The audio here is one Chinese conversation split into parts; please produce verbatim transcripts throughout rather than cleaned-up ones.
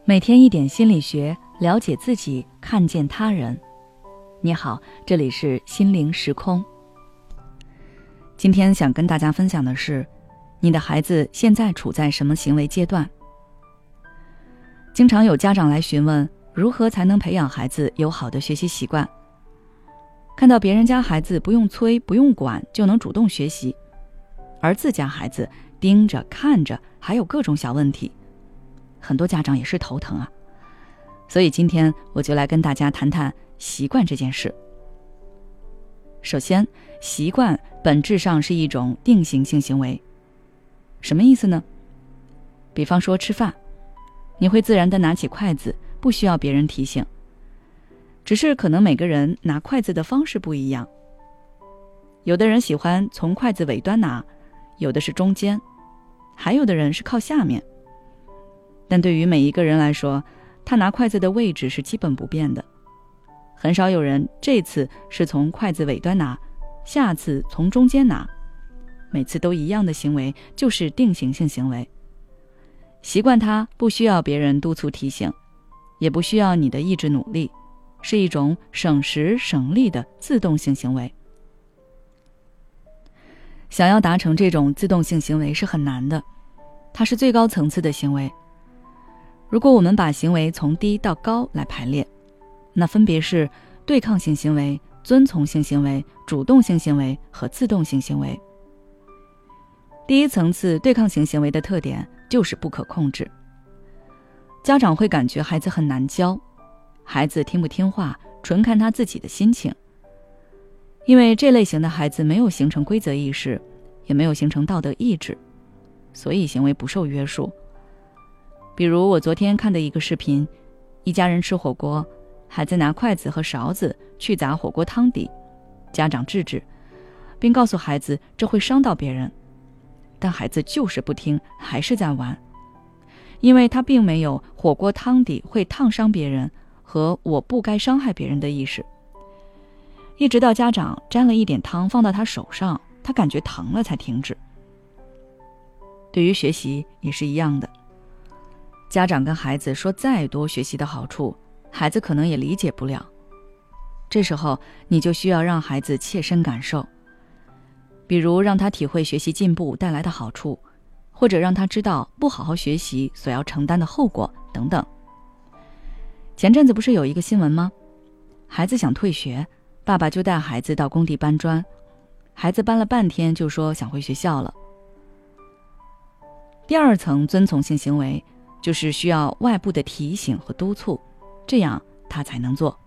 每天一点心理学，了解自己，看见他人。你好，这里是心灵时空。今天想跟大家分享的是，你的孩子现在处在什么行为阶段？经常有家长来询问，如何才能培养孩子有好的学习习惯？看到别人家孩子不用催不用管就能主动学习，而自家孩子盯着看着还有各种小问题，很多家长也是头疼啊。所以今天我就来跟大家谈谈习惯这件事。首先，习惯本质上是一种定型性行为。什么意思呢？比方说吃饭，你会自然地拿起筷子，不需要别人提醒。只是可能每个人拿筷子的方式不一样，有的人喜欢从筷子尾端拿，有的是中间，还有的人是靠下面。但对于每一个人来说，他拿筷子的位置是基本不变的，很少有人这次是从筷子尾端拿，下次从中间拿，每次都一样的行为就是定型性行为。习惯它不需要别人督促提醒，也不需要你的意志努力，是一种省时省力的自动性行为。想要达成这种自动性行为是很难的，它是最高层次的行为。如果我们把行为从低到高来排列，那分别是对抗性行为、遵从性行为、主动性行为和自动性行为。第一层次对抗性行为的特点就是不可控制。家长会感觉孩子很难教，孩子听不听话纯看他自己的心情。因为这类型的孩子没有形成规则意识，也没有形成道德意志，所以行为不受约束。比如我昨天看的一个视频，一家人吃火锅，孩子拿筷子和勺子去砸火锅汤底，家长制止，并告诉孩子这会伤到别人，但孩子就是不听，还是在玩，因为他并没有火锅汤底会烫伤别人和我不该伤害别人的意识。一直到家长沾了一点汤放到他手上，他感觉疼了才停止。对于学习也是一样的，家长跟孩子说再多学习的好处，孩子可能也理解不了。这时候你就需要让孩子切身感受，比如让他体会学习进步带来的好处，或者让他知道不好好学习所要承担的后果等等。前阵子不是有一个新闻吗？孩子想退学，爸爸就带孩子到工地搬砖，孩子搬了半天就说想回学校了。第二层遵从性行为就是需要外部的提醒和督促，这样他才能做。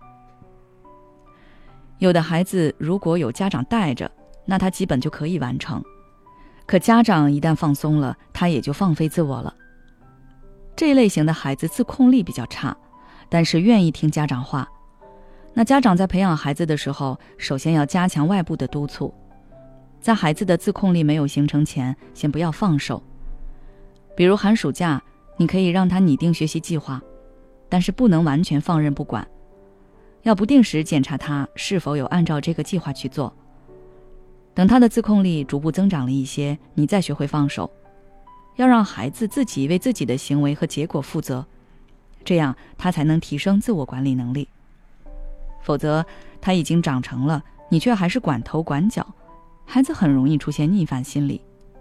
有的孩子如果有家长带着，那他基本就可以完成，可家长一旦放松了，他也就放飞自我了。这一类型的孩子自控力比较差，但是愿意听家长话。那家长在培养孩子的时候，首先要加强外部的督促，在孩子的自控力没有形成前，先不要放手。比如寒暑假，你可以让他拟定学习计划，但是不能完全放任不管，要不定时检查他是否有按照这个计划去做。等他的自控力逐步增长了一些，你再学会放手，要让孩子自己为自己的行为和结果负责，这样他才能提升自我管理能力。否则他已经长成了，你却还是管头管脚，孩子很容易出现逆反心理。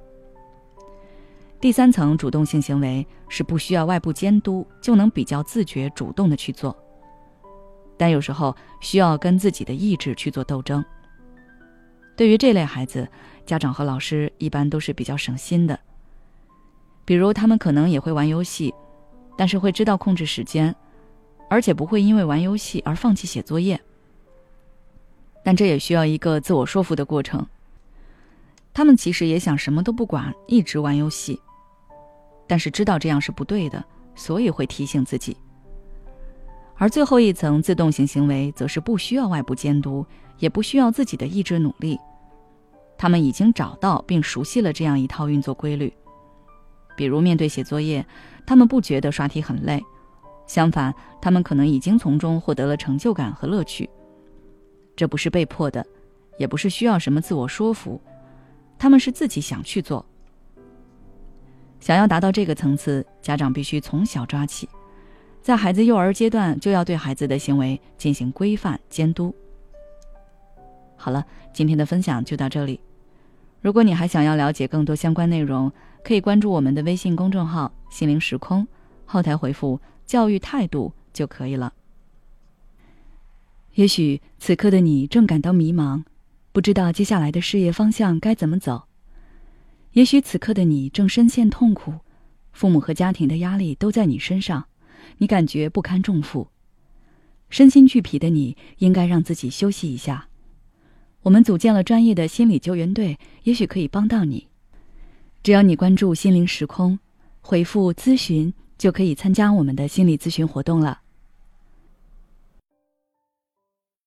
第三层主动性行为是不需要外部监督就能比较自觉主动的去做，但有时候需要跟自己的意志去做斗争。对于这类孩子，家长和老师一般都是比较省心的。比如他们可能也会玩游戏，但是会知道控制时间，而且不会因为玩游戏而放弃写作业。但这也需要一个自我说服的过程。他们其实也想什么都不管，一直玩游戏，但是知道这样是不对的，所以会提醒自己。而最后一层自动性行为则是不需要外部监督，也不需要自己的意志努力，他们已经找到并熟悉了这样一套运作规律。比如面对写作业，他们不觉得刷题很累，相反，他们可能已经从中获得了成就感和乐趣。这不是被迫的，也不是需要什么自我说服，他们是自己想去做。想要达到这个层次，家长必须从小抓起， 在孩子幼儿阶段就要对孩子的行为进行规范监督。好了，今天的分享就到这里。如果你还想要了解更多相关内容，可以关注我们的微信公众号心灵时空，后台回复教育态度就可以了。也许此刻的你正感到迷茫，不知道接下来的事业方向该怎么走。也许此刻的你正深陷痛苦，父母和家庭的压力都在你身上，你感觉不堪重负。身心俱疲的你应该让自己休息一下。我们组建了专业的心理救援队，也许可以帮到你。只要你关注心灵时空，回复咨询就可以参加我们的心理咨询活动了。